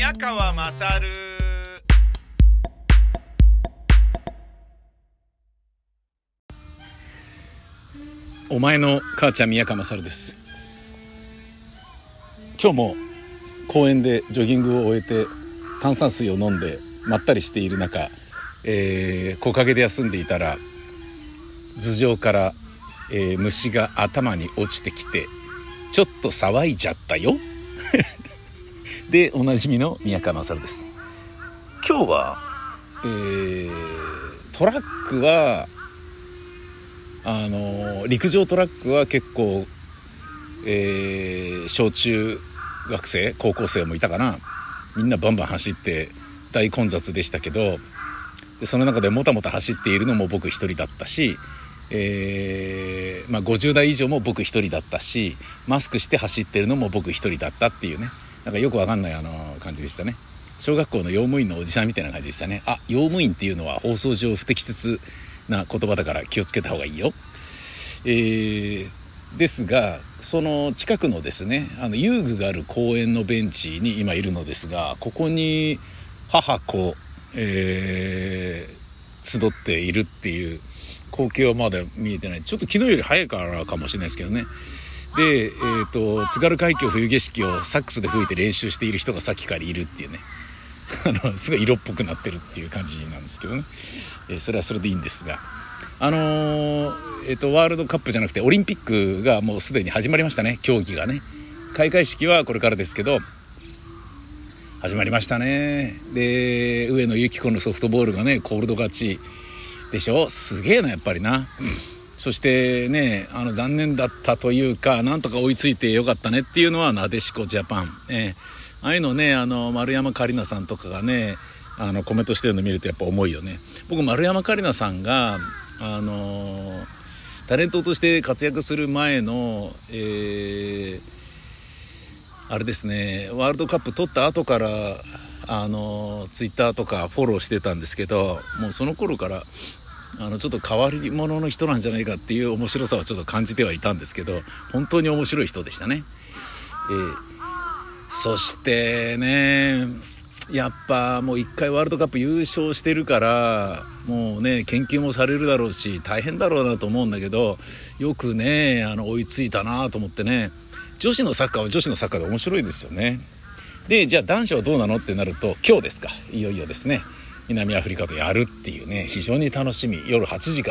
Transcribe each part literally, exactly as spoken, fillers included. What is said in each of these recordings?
宮川勝。 お前の母ちゃん宮川勝です。今日も公園でジョギングを終えて炭酸水を飲んでまったりしている中、えー、木陰で休んでいたら頭上から、えー、虫が頭に落ちてきてちょっと騒いじゃったよでおなじみの宮川勝です。今日は、えー、トラックはあの陸上トラックは結構、えー、小中学生高校生もいたかな。みんなバンバン走って大混雑でしたけど、でその中でもたもた走っているのも僕一人だったし、えーまあ、ごじゅう代以上も僕一人だったし、マスクして走ってるのも僕一人だったっていうね、なんかよくわかんないあの感じでしたね。小学校の用務員のおじさんみたいな感じでしたね。あ、用務員っていうのは放送上不適切な言葉だから気をつけた方がいいよ。えー、ですがその近くのですね、あの遊具がある公園のベンチに今いるのですが、ここに母子、えー、集っているっていう光景はまだ見えてない。ちょっと昨日より早いからかもしれないですけどね。で、えーと、津軽海峡冬景色をサックスで吹いて練習している人がさっきからいるっていうねあのすごい色っぽくなってるっていう感じなんですけどね、えー、それはそれでいいんですが、あのーえーと、ワールドカップじゃなくてオリンピックがもうすでに始まりましたね。競技がね、開会式はこれからですけど始まりましたね。で、上野由岐子のソフトボールがねコールド勝ちでしょ。すげえなやっぱりな、うん、そしてね、あの残念だったというかなんとか追いついてよかったねっていうのはなでしこジャパン、えー、ああいうのね、あの丸山桂里奈さんとかがねあのコメントしてるの見るとやっぱ重いよね。僕丸山桂里奈さんがあのー、タレントとして活躍する前の、えー、あれですね、ワールドカップ取った後からあのツイッターとかフォローしてたんですけど、もうその頃からあのちょっと変わり者の人なんじゃないかっていう面白さはちょっと感じてはいたんですけど、本当に面白い人でしたね。えー、そしてね、やっぱもう一回ワールドカップ優勝してるからもうね研究もされるだろうし大変だろうなと思うんだけど、よくねあの追いついたなと思ってね。女子のサッカーは女子のサッカーで面白いですよね。で、じゃあ男子はどうなのってなると、今日ですか、いよいよですね、南アフリカとやるっていうね、非常に楽しみ。夜はちじから、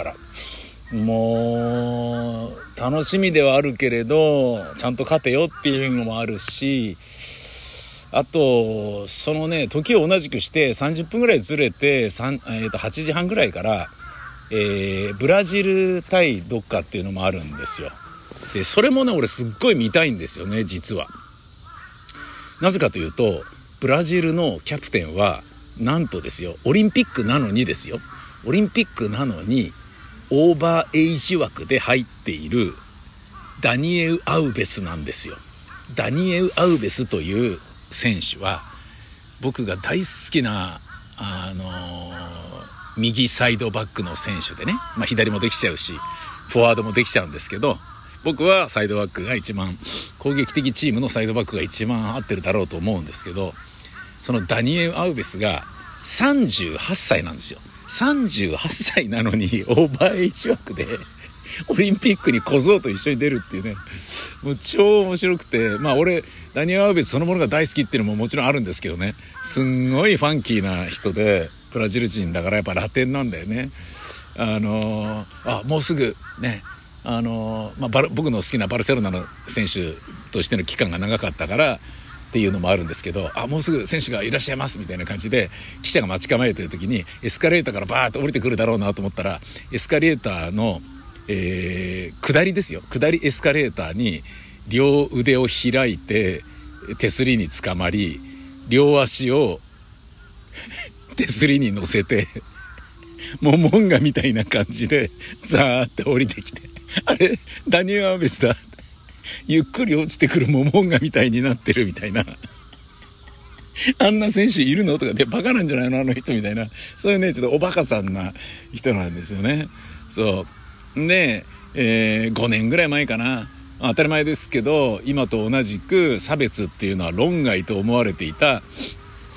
もう楽しみではあるけれどちゃんと勝てよっていうのもあるし、あとそのね時を同じくしてさんじゅっぷんぐらいずれて、えー、とはちじはんぐらいから、えー、ブラジル対どっかっていうのもあるんですよ。でそれもね俺すっごい見たいんですよね実は。なぜかというとブラジルのキャプテンはなんとですよ、オリンピックなのにですよ、オリンピックなのにオーバーエイジ枠で入っているダニエウ・アウベスなんですよ。ダニエウ・アウベスという選手は僕が大好きな、あのー、右サイドバックの選手でね、まあ、左もできちゃうしフォワードもできちゃうんですけど、僕はサイドバックが一番攻撃的チームのサイドバックが一番合ってるだろうと思うんですけど、そのダニエル・アウベスがさんじゅうはっさいなんですよ。さんじゅうはっさいなのにオーバーエイジ枠でオリンピックに小僧と一緒に出るっていうね、もう超面白くて、まあ俺ダニエル・アウベスそのものが大好きっていうのももちろんあるんですけどね、すんごいファンキーな人でブラジル人だからやっぱラテンなんだよね。あのー、あもうすぐね、あのーまあ、バル僕の好きなバルセロナの選手としての期間が長かったからっていうのもあるんですけど、あもうすぐ選手がいらっしゃいますみたいな感じで記者が待ち構えてる時にエスカレーターからバーッと降りてくるだろうなと思ったら、エスカレーターの、えー、下りですよ、下りエスカレーターに両腕を開いて手すりにつかまり、両足を手すりに乗せてモモンガみたいな感じでザーって降りてきて、あれダニエル・アウベスだ、ゆっくり落ちてくるモモンガみたいになってるみたいなあんな選手いるのとかで、バカなんじゃないのあの人みたいな、そういうねちょっとおバカさんな人なんですよね。そうで、えー、ごねんぐらい前かな、当たり前ですけど今と同じく差別っていうのは論外と思われていた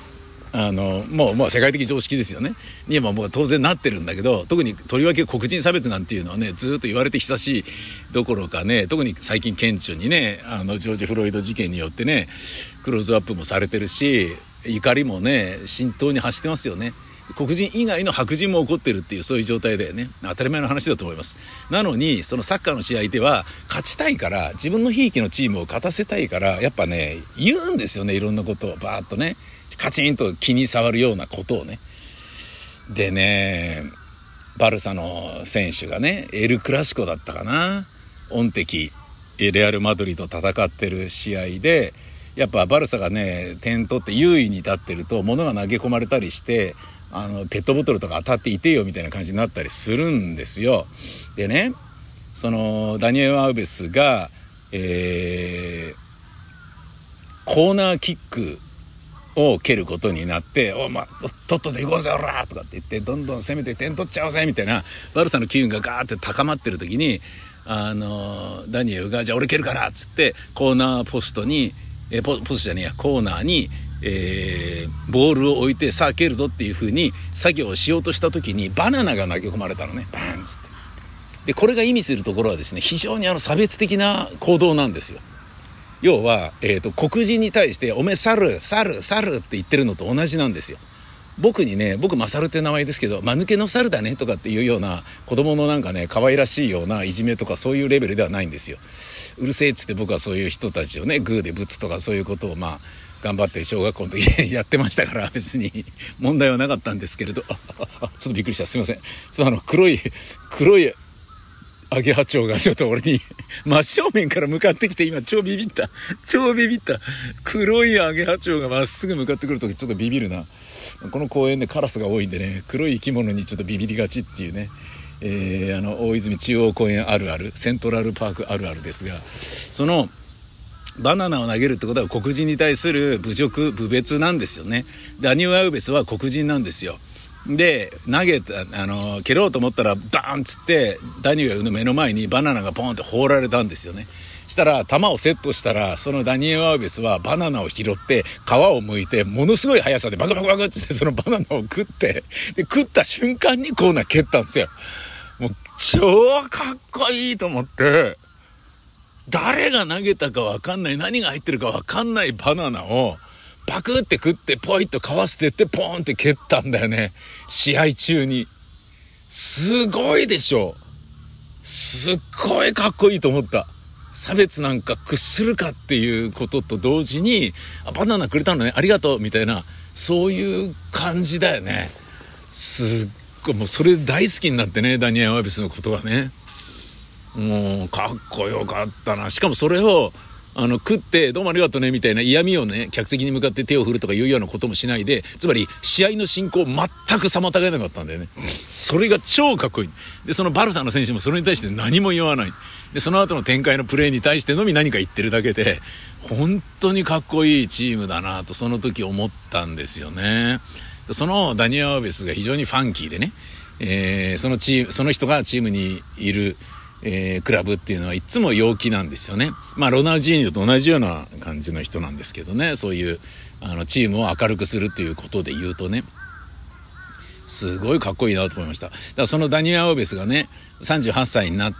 あのもう、もう世界的常識ですよねにももう当然なってるんだけど、特にとりわけ黒人差別なんていうのはねずっと言われて久しいどころかね、特に最近顕著にね、あのジョージ・フロイド事件によってねクローズアップもされてるし、怒りもね浸透に走ってますよね。黒人以外の白人も怒ってるっていう、そういう状態だよね。当たり前の話だと思います。なのにそのサッカーの試合では勝ちたいから、自分のひいきのチームを勝たせたいから、やっぱね言うんですよね、いろんなことをバーッとね、カチンと気に障るようなことをね。でね、バルサの選手がね、エルクラシコだったかな、オン敵レアルマドリーと戦ってる試合で、やっぱバルサがね点取って優位に立ってると物が投げ込まれたりして、あのペットボトルとか当たっていてよみたいな感じになったりするんですよ。でね、そのダニエル・アウベスが、えー、コーナーキックを蹴ることになって、おまとっとと行こうぜおらとかって言って、どんどん攻めて点取っちゃおうぜみたいなバルサの機運がガーって高まってる時に、あのダニエルがじゃあ俺蹴るからっつってコーナーポストに、えー、ポ, ポストじゃねえやコーナーに、えー、ボールを置いてさあ蹴るぞっていう風に作業をしようとした時にバナナが投げ込まれたのね、バーンっつって。でこれが意味するところはですね、非常にあの差別的な行動なんですよ。要は、えーと、黒人に対しておめえ猿猿猿って言ってるのと同じなんですよ。僕にね、僕マサルって名前ですけど、間抜けの猿だねとかっていうような子供のなんかね可愛らしいようないじめとかそういうレベルではないんですよ。うるせえっつって僕はそういう人たちをねグーでぶつとかそういうことをまあ頑張って小学校の時にやってましたから、別に問題はなかったんですけれど、あああちょっとびっくりした、すいません。ちょっとあの黒い黒いアゲハチョウがちょっと俺に真正面から向かってきて、今超ビビった超ビビった黒いアゲハチョウがまっすぐ向かってくるときちょっとビビるな。この公園でカラスが多いんでね、黒い生き物にちょっとビビりがちっていうね、えー、あの大泉中央公園あるある、セントラルパークあるあるですが、そのバナナを投げるってことは黒人に対する侮辱侮蔑なんですよね。ダニエル・アウベスは黒人なんですよ。で投げたあの蹴ろうと思ったらバーンっつってダニエルの目の前にバナナがポンって放られたんですよね。したら球をセットしたら、そのダニエル・アウベスはバナナを拾って皮を剥いてものすごい速さでバクバクバクってそのバナナを食って、で食った瞬間にコーナー蹴ったんですよ。もう超かっこいいと思って、誰が投げたか分かんない、何が入ってるか分かんないバナナをパクって食ってポイッと皮捨ててポーンって蹴ったんだよね、試合中に。すごいでしょ。すっごいかっこいいと思った。差別なんか屈するかっていうことと同時に、あバナナくれたのねありがとうみたいな、そういう感じだよね。すっごいもうそれ大好きになってね、ダニエル・アウベスのことがね、もうかっこよかったな。しかもそれをあの食ってどうもありがとうねみたいな嫌味をね客席に向かって手を振るとかいうようなこともしないで、つまり試合の進行を全く妨げなかったんだよね。それが超かっこいい。でそのバルサの選手もそれに対して何も言わない。でその後の展開のプレーに対してのみ何か言ってるだけで、本当にかっこいいチームだなとその時思ったんですよね。そのダニエル・アウベスが非常にファンキーでね、えー、そのチームその人がチームにいるえー、クラブっていうのはいつも陽気なんですよね。まあロナウジーニョと同じような感じの人なんですけどね、そういうあのチームを明るくするっていうことで言うとね、すごいかっこいいなと思いました。だからそのダニエル・アウベスがねさんじゅうはっさいになって、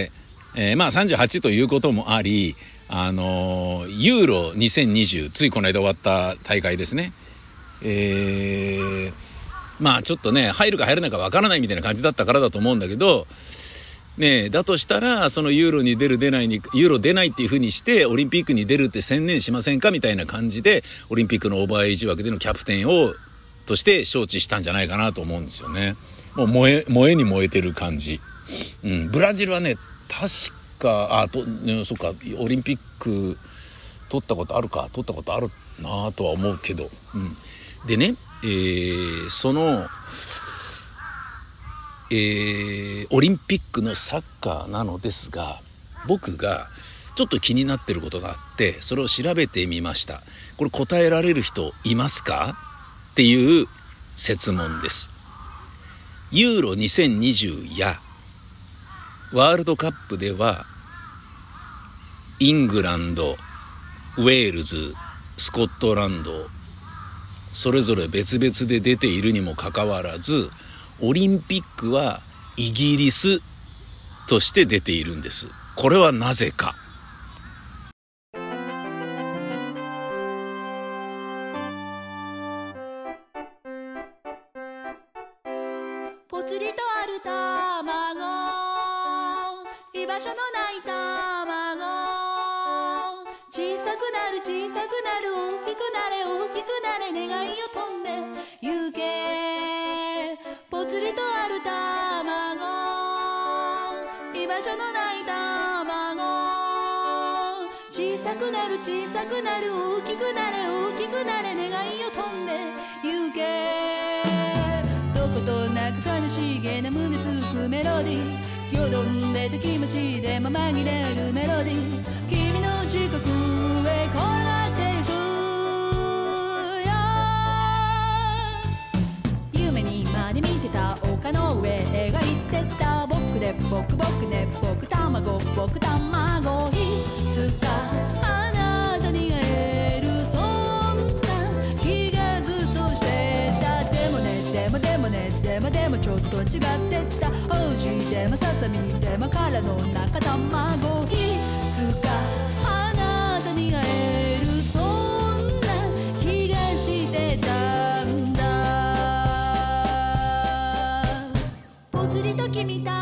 えー、まあさんじゅうはちということもあり、あのー、ユーロにせんにじゅう、ついこの間終わった大会ですね、えー、まあちょっとね入るか入らないかわからないみたいな感じだったからだと思うんだけどねえ、だとしたらそのユーロに出る出ないにユーロ出ないっていう風にしてオリンピックに出るって専念しませんかみたいな感じで、オリンピックのオーバーエイジ枠でのキャプテンをとして招致したんじゃないかなと思うんですよね。もう燃え燃えに燃えてる感じ、うん、ブラジルはね確かあと、ね、そっかオリンピック取ったことあるか取ったことあるなとは思うけど、うん、でね、えー、そのえー、オリンピックのサッカーなのですが、僕がちょっと気になってることがあってそれを調べてみました。これ答えられる人いますかっていう設問です。ユーロにせんにじゅうやワールドカップではイングランド、ウェールズ、スコットランド、 それぞれ別々で出ているにもかかわらず、オリンピックはイギリスとして出ているんです。これはなぜか。 ぽつりとある卵、居場所のない卵、小さくなる小さくなる、大きくなれ大きくなれ、願いを飛んで行け。ぽつりとある卵、居場所のない卵、小さくなる小さくなる、大きくなれ大きくなれ、願いを飛んで行け。どことなく悲しげな胸つくメロディー、よどんでた気持ちでも紛れるメロディー、君の近くへ転がっていくよ。夢にまで見てた丘の上描いてた、僕で僕僕で僕卵僕卵、いつかあなたに会える、そんな気がずっとしてた。でもねでもでもねでもでもちょっと違ってた。おうじでもささみでも殻の中卵、いつかあなたに会える、そんな気がしてたんだ。ぽつりと君卵、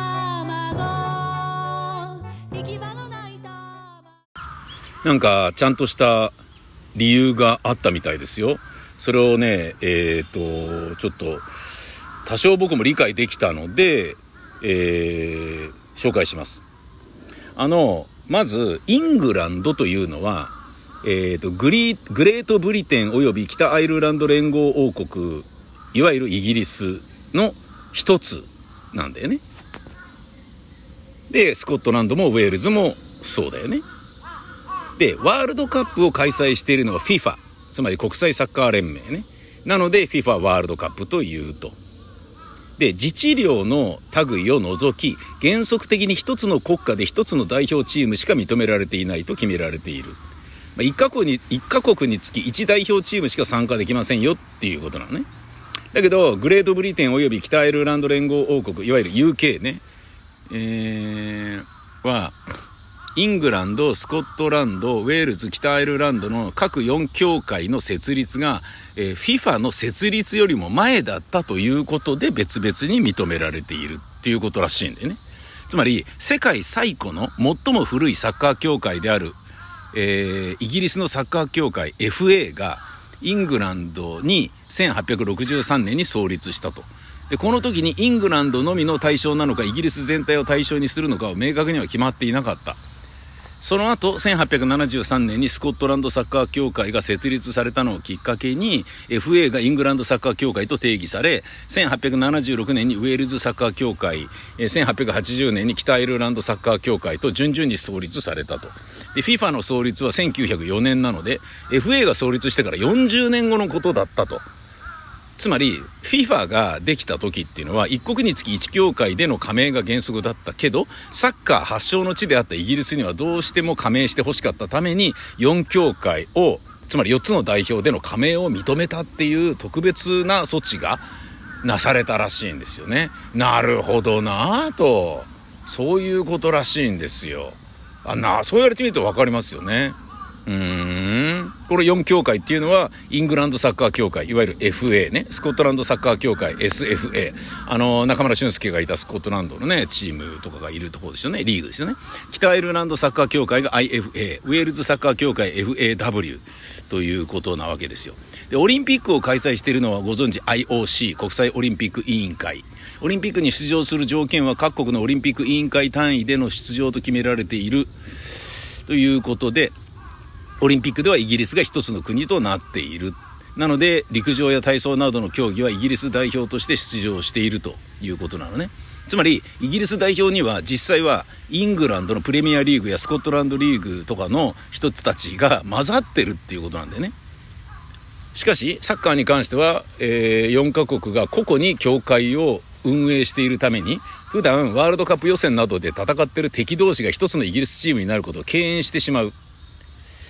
行き場のない卵。 なんかちゃんとした理由があったみたいですよ。それをね、えーとちょっと多少僕も理解できたので、えー、紹介します。あのまずイングランドというのは、えーとグリグレートブリテンおよび北アイルランド連合王国、いわゆるイギリスの一つなんだよね。でスコットランドもウェールズもそうだよね。でワールドカップを開催しているのは フィファ、 つまり国際サッカー連盟ね。なので フィファ ワールドカップというと。で自治領の類を除き、原則的に一つの国家で一つの代表チームしか認められていないと決められている。まあ、一カ国に一カ国につき一代表チームしか参加できませんよっていうことなのね。だけどグレートブリテンおよび北アイルランド連合王国、いわゆる ユーケー ね、えー、はイングランド、スコットランド、ウェールズ、北アイルランドの各よん協会の設立が、えー、フィファ の設立よりも前だったということで別々に認められているっていうことらしいんだよね。つまり世界最古の最も古いサッカー協会である、えー、イギリスのサッカー協会 エフエー がイングランドにせんはっぴゃくろくじゅうさんねんに創立したと。でこの時にイングランドのみの対象なのかイギリス全体を対象にするのかは明確には決まっていなかった。その後せんはっぴゃくななじゅうさんねんにスコットランドサッカー協会が設立されたのをきっかけに エフエー がイングランドサッカー協会と定義され、せんはっぴゃくななじゅうろくねんにウェールズサッカー協会、せんはっぴゃくはちじゅうねんに北アイルランドサッカー協会と順々に創立されたと。で フィファ の創立はせんきゅうひゃくよねんなので エフエー が創立してからよんじゅうねんごのことだったと。つまり フィファ ができた時っていうのは一国につき一協会での加盟が原則だったけど、サッカー発祥の地であったイギリスにはどうしても加盟してほしかったためによん協会を、つまりよっつの代表での加盟を認めたっていう特別な措置がなされたらしいんですよね。なるほどなぁと、そういうことらしいんですよ。あなそう言われてみると分かりますよね。うーんこれよん協会っていうのはイングランドサッカー協会、いわゆる エフエー ね、スコットランドサッカー協会 エスエフエー、 あの中村俊輔がいたスコットランドのねチームとかがいるところですよね、リーグですよね。北アイルランドサッカー協会が アイエフエー、 ウェールズサッカー協会 エフエーダブリュー ということなわけですよ。でオリンピックを開催しているのはご存知 アイオーシー 国際オリンピック委員会。オリンピックに出場する条件は各国のオリンピック委員会単位での出場と決められているということで、オリンピックではイギリスが一つの国となっている。なので陸上や体操などの競技はイギリス代表として出場しているということなのね。つまりイギリス代表には実際はイングランドのプレミアリーグやスコットランドリーグとかの人たちが混ざってるっていうことなんだよね。しかしサッカーに関しては、えー、よんカ国が個々に協会を運営しているために、普段ワールドカップ予選などで戦っている敵同士が一つのイギリスチームになることを敬遠してしまう。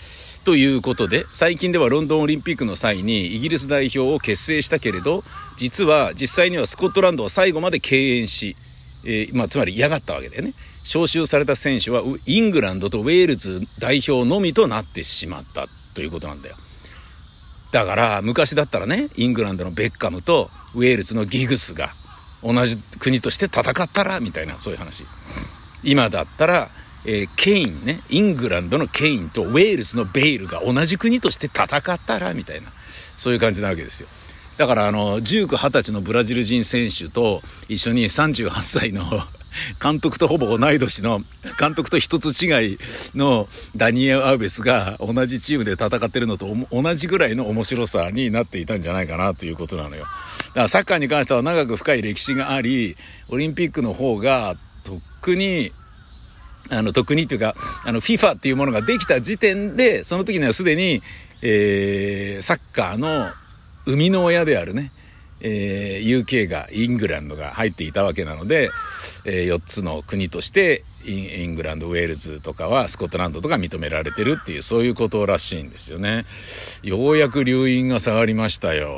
ということで、最近ではロンドンオリンピックの際にイギリス代表を結成したけれど、実は実際にはスコットランドは最後まで敬遠し、えーまあ、つまり嫌がったわけだよね。招集された選手はイングランドとウェールズ代表のみとなってしまったということなんだよ。だから昔だったらね、イングランドのベッカムとウェールズのギグスが同じ国として戦ったらみたいな、そういう話。今だったら、えー、ケインね、イングランドのケインとウェールズのベイルが同じ国として戦ったらみたいな、そういう感じなわけですよ。だからあのじゅうきゅう、はたちのブラジル人選手と一緒にさんじゅうはっさいの監督とほぼ同い年の監督と一つ違いのダニエル・アウベスが同じチームで戦ってるのと同じぐらいの面白さになっていたんじゃないかなということなのよ。だからサッカーに関しては長く深い歴史があり、オリンピックの方が特にあの特にというかあの FIFA っていうものができた時点で、その時にはすでに、えー、サッカーの生みの親であるね、えー、ユーケー がイングランドが入っていたわけなので、えー、よっつの国としてイン、イングランド、ウェールズとかはスコットランドとか認められてるっていう、そういうことらしいんですよね。ようやく留飲が下がりましたよ。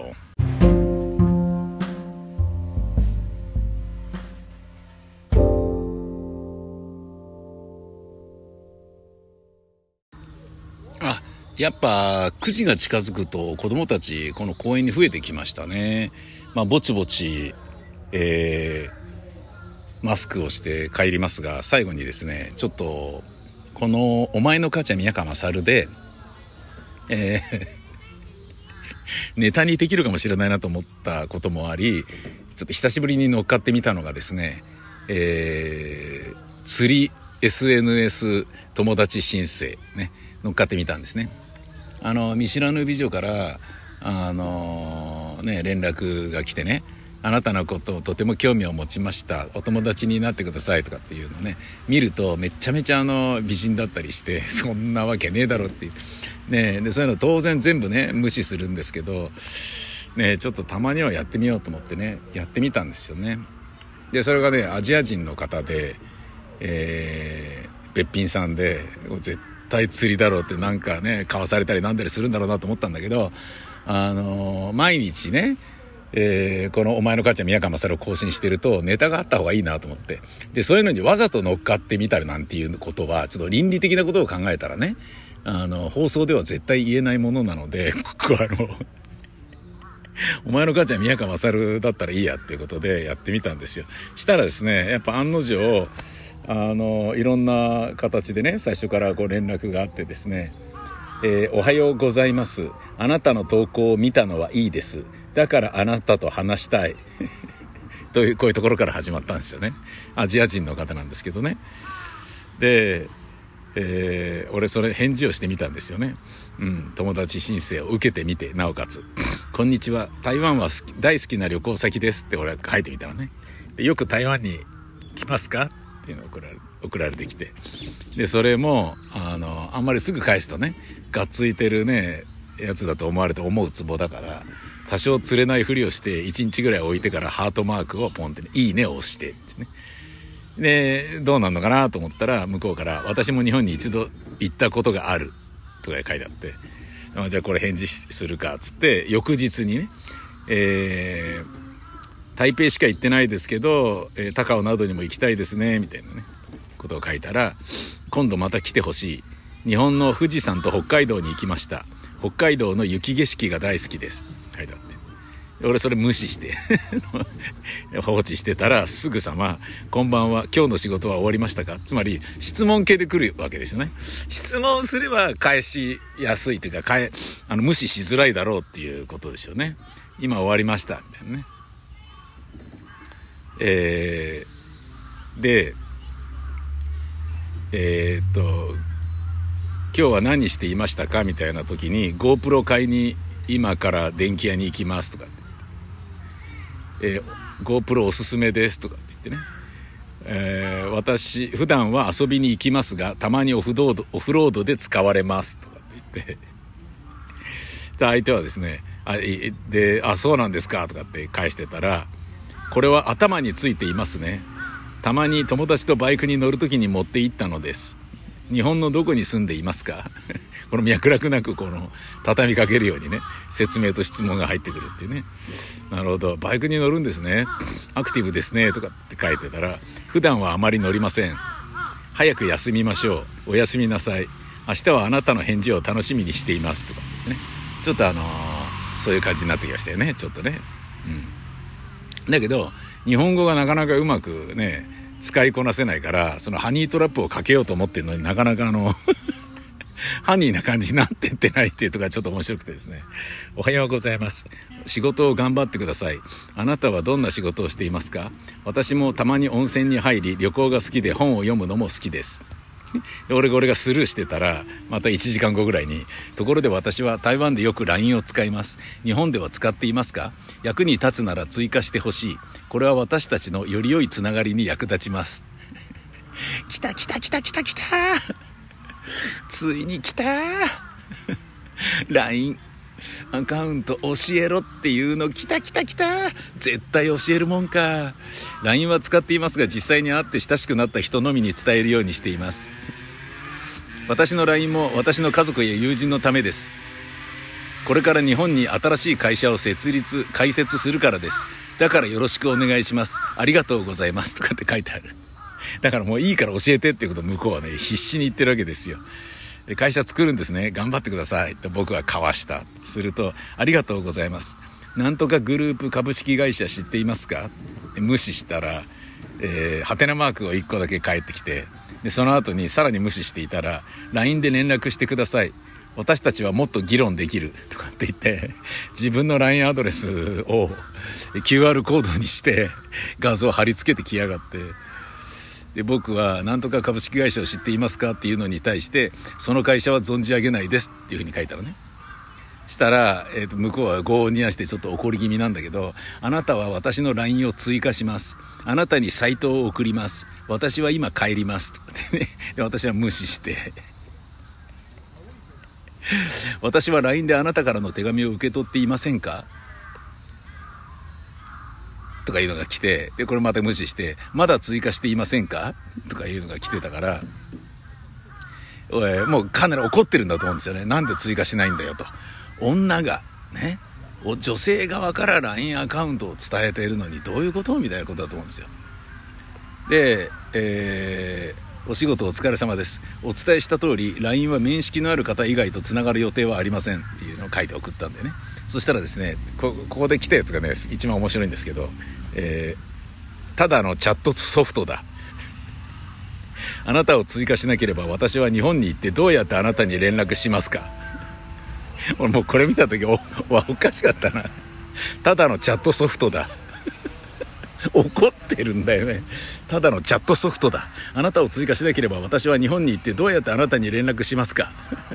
あ、やっぱくじが近づくと子どもたちこの公園に増えてきましたね。まあぼちぼち、えーマスクをして帰りますが、最後にですね、ちょっとこのお前の母ちゃん宮川勝で、えー、ネタにできるかもしれないなと思ったこともあり、ちょっと久しぶりに乗っかってみたのがですね、えー、釣り エスエヌエス 友達申請ね、乗っかってみたんですね。あの見知らぬ美女からあの、ね、連絡が来てね、あなたのことをとても興味を持ちました、お友達になってくださいとかっていうのね、見るとめちゃめちゃあの美人だったりして、そんなわけねえだろっていう、ね、でそういうの当然全部ね無視するんですけど、ね、ちょっとたまにはやってみようと思ってねやってみたんですよね。でそれがねアジア人の方で、えー、べっぴんさんで絶対釣りだろうってなんかね買わされたりなんだりするんだろうなと思ったんだけど、あのー、毎日ねえー、このお前の母ちゃん宮川勝を更新してるとネタがあった方がいいなと思って、でそういうのにわざと乗っかってみたりなんていうことはちょっと倫理的なことを考えたらね、あの放送では絶対言えないものなので、ここはあのお前の母ちゃん宮川勝だったらいいやっていうことでやってみたんですよ。したらですね、やっぱ案の定あのいろんな形でね最初からこう連絡があってですね、えー、おはようございます、あなたの投稿を見たのはいいです、だからあなたと話したいというこういうところから始まったんですよね。アジア人の方なんですけどね。で、えー、俺それ返事をしてみたんですよね。うん、友達申請を受けてみて、なおかつこんにちは、台湾は好き大好きな旅行先ですって俺は書いてみたのね。でよく台湾に来ますかっていうのを送られ、送られてきて、でそれもあのあんまりすぐ返すとねがっついてるねやつだと思われて思うツボだから、多少釣れないふりをしていちにちぐらい置いてからハートマークをポンって、ね、いいねを押してってね。でどうなんのかなと思ったら向こうから私も日本に一度行ったことがあるとか書いてあって、あじゃあこれ返事するかっつって翌日にね、えー、台北しか行ってないですけど、えー、高雄などにも行きたいですねみたいなねことを書いたら、今度また来てほしい、日本の富士山と北海道に行きました、北海道の雪景色が大好きです書いてあって、俺それ無視して放置してたらすぐさまこんばんは、今日の仕事は終わりましたか、つまり質問系で来るわけですよね。質問すれば返しやすいというか返あの無視しづらいだろうっていうことですよね。今終わりましたみたいなね。えー、でえー、っと今日は何していましたかみたいな時に GoPro 買いに今から電気屋に行きますとか、えー、GoPro おすすめですとかって言ってね、えー、私普段は遊びに行きますがたまにオフロード、オフロードで使われますとかって言って相手はですね、あであそうなんですかとかって返してたら、これは頭についていますね、たまに友達とバイクに乗るときに持って行ったのです、日本のどこに住んでいますかこの脈絡なくこの畳みかけるようにね、説明と質問が入ってくるっていうね。なるほど、バイクに乗るんですね、アクティブですねとかって書いてたら、普段はあまり乗りません、早く休みましょう、おやすみなさい、明日はあなたの返事を楽しみにしていますとかね、ちょっとあのー、そういう感じになってきましたよね、ちょっとね、うん、だけど日本語がなかなかうまくね使いこなせないから、そのハニートラップをかけようと思ってるのになかなかあのハニーな感じになってってないっていうところがちょっと面白くてですね。おはようございます、仕事を頑張ってください、あなたはどんな仕事をしていますか。私もたまに温泉に入り、旅行が好きで本を読むのも好きですで俺俺がスルーしてたら、またいちじかんごぐらいに、ところで私は台湾でよく ライン を使います、日本では使っていますか、役に立つなら追加してほしい、これは私たちのより良いつながりに役立ちます来た来た来た来た来たついに来たライン アカウント教えろっていうの来た来た来た、絶対教えるもんか。 ライン は使っていますが、実際に会って親しくなった人のみに伝えるようにしています。私の ライン も私の家族や友人のためです。これから日本に新しい会社を設立開設するからです。だからよろしくお願いします、ありがとうございますとかって書いてある。だからもういいから教えてっていうことを向こうはね必死に言ってるわけですよ。で会社作るんですね、頑張ってくださいって僕は交わした。すると、ありがとうございます、なんとかグループ株式会社知っていますか。無視したら、えー、ハテナマークをいっこだけ返ってきて、でその後にさらに無視していたら、 ライン で連絡してください、私たちはもっと議論できるとかって言って、自分の ライン アドレスを キューアール コードにして画像を貼り付けてきやがって、で僕はなんとか株式会社を知っていますかっていうのに対して、その会社は存じ上げないですっていうふうに書いたのね。したら、えー、と向こうは業を煮やしてちょっと怒り気味なんだけど、あなたは私の ライン を追加します、あなたにサイトを送ります、私は今帰りますとかでね、で私は無視して私は ライン であなたからの手紙を受け取っていませんかとかいうのが来て、でこれまた無視して、まだ追加していませんかとかいうのが来てたから、おいもうかなり怒ってるんだと思うんですよね。なんで追加しないんだよと。女がね、女性側から ライン アカウントを伝えているのにどういうことみたいなことだと思うんですよ。で、えー、お仕事お疲れ様です、お伝えした通り ライン は面識のある方以外とつながる予定はありませんっていうのを書いて送ったんでね。そしたらですね、 こ, ここで来たやつがね一番面白いんですけど、えー、ただのチャットソフトだ、あなたを追加しなければ私は日本に行ってどうやってあなたに連絡しますか。俺もうこれ見た時 お, お, おかしかったな。ただのチャットソフトだ怒ってるんだよね。ただのチャットソフトだ、あなたを追加しなければ私は日本に行ってどうやってあなたに連絡しますか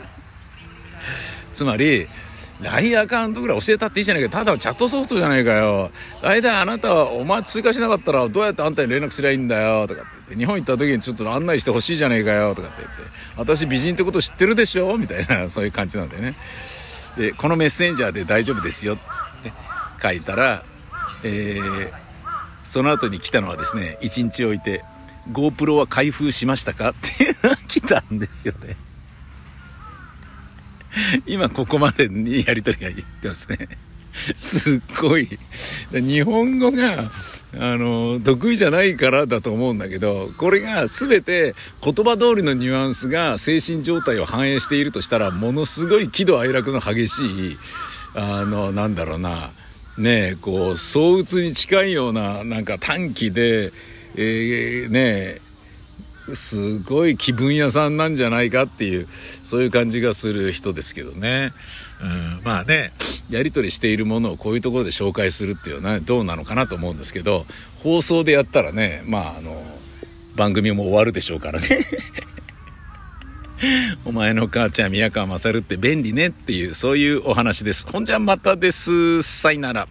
つまり ライン アカウントぐらい教えたっていいじゃないか、ただのチャットソフトじゃないかよ、大体あなたはお前追加しなかったらどうやってあんたに連絡すりゃいいんだよとかって言って、日本行った時にちょっと案内してほしいじゃないかよとかって言って、私美人ってこと知ってるでしょみたいな、そういう感じなんだよね。でこのメッセンジャーで大丈夫ですよって、ね、書いたら、えー、その後に来たのはですね、いちにち置いて GoPro は開封しましたかっていうのが来たんですよね。今ここまでにやり取りが言ってますね。すっごい日本語があの得意じゃないからだと思うんだけど、これが全て言葉通りのニュアンスが精神状態を反映しているとしたら、ものすごい喜怒哀楽の激しいあのなんだろうなねえ、こう躁鬱に近いようななんか短気で、えー、ねえすごい気分屋さんなんじゃないかっていう、そういう感じがする人ですけどね。うん、まあね、やり取りしているものをこういうところで紹介するっていうのは、ね、どうなのかなと思うんですけど、放送でやったらね、まああの番組も終わるでしょうからねお前の母ちゃん宮川勝って便利ねっていう、そういうお話です。ほんじゃまたです。さいなら。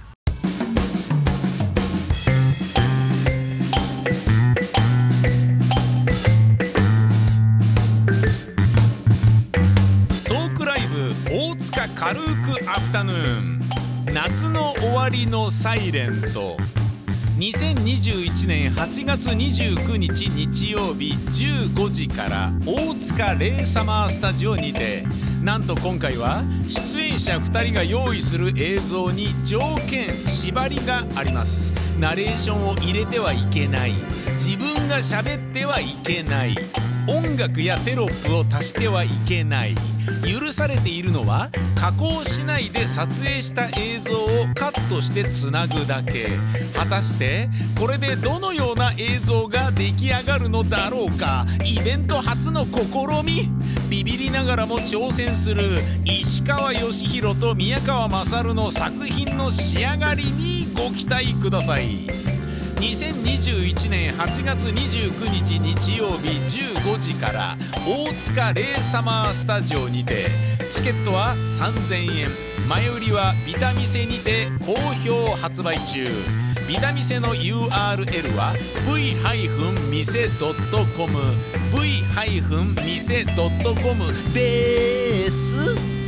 軽くアフタヌーン、夏の終わりのサイレント、 にせんにじゅういちねんはちがつにじゅうくにち日曜日じゅうごじから大塚レイサマースタジオにて、なんと今回は出演者ふたりが用意する映像に条件縛りがあります。ナレーションを入れてはいけない、自分が喋ってはいけない、音楽やテロップを足してはいけない。許されているのは加工しないで撮影した映像をカットしてつなぐだけ。果たしてこれでどのような映像が出来上がるのだろうか。イベント初の試み、ビビりながらも挑戦する石川義弘と宮川勝の作品の仕上がりにご期待ください。にせんにじゅういちねんはちがつにじゅうくにち日曜日じゅうごじから大塚レイサマースタジオにて、チケットはさんぜんえん、前売りはビタミセにて好評発売中。ビタミセの ユーアールエル は ブイミセドットコム ブイミセドットコム です。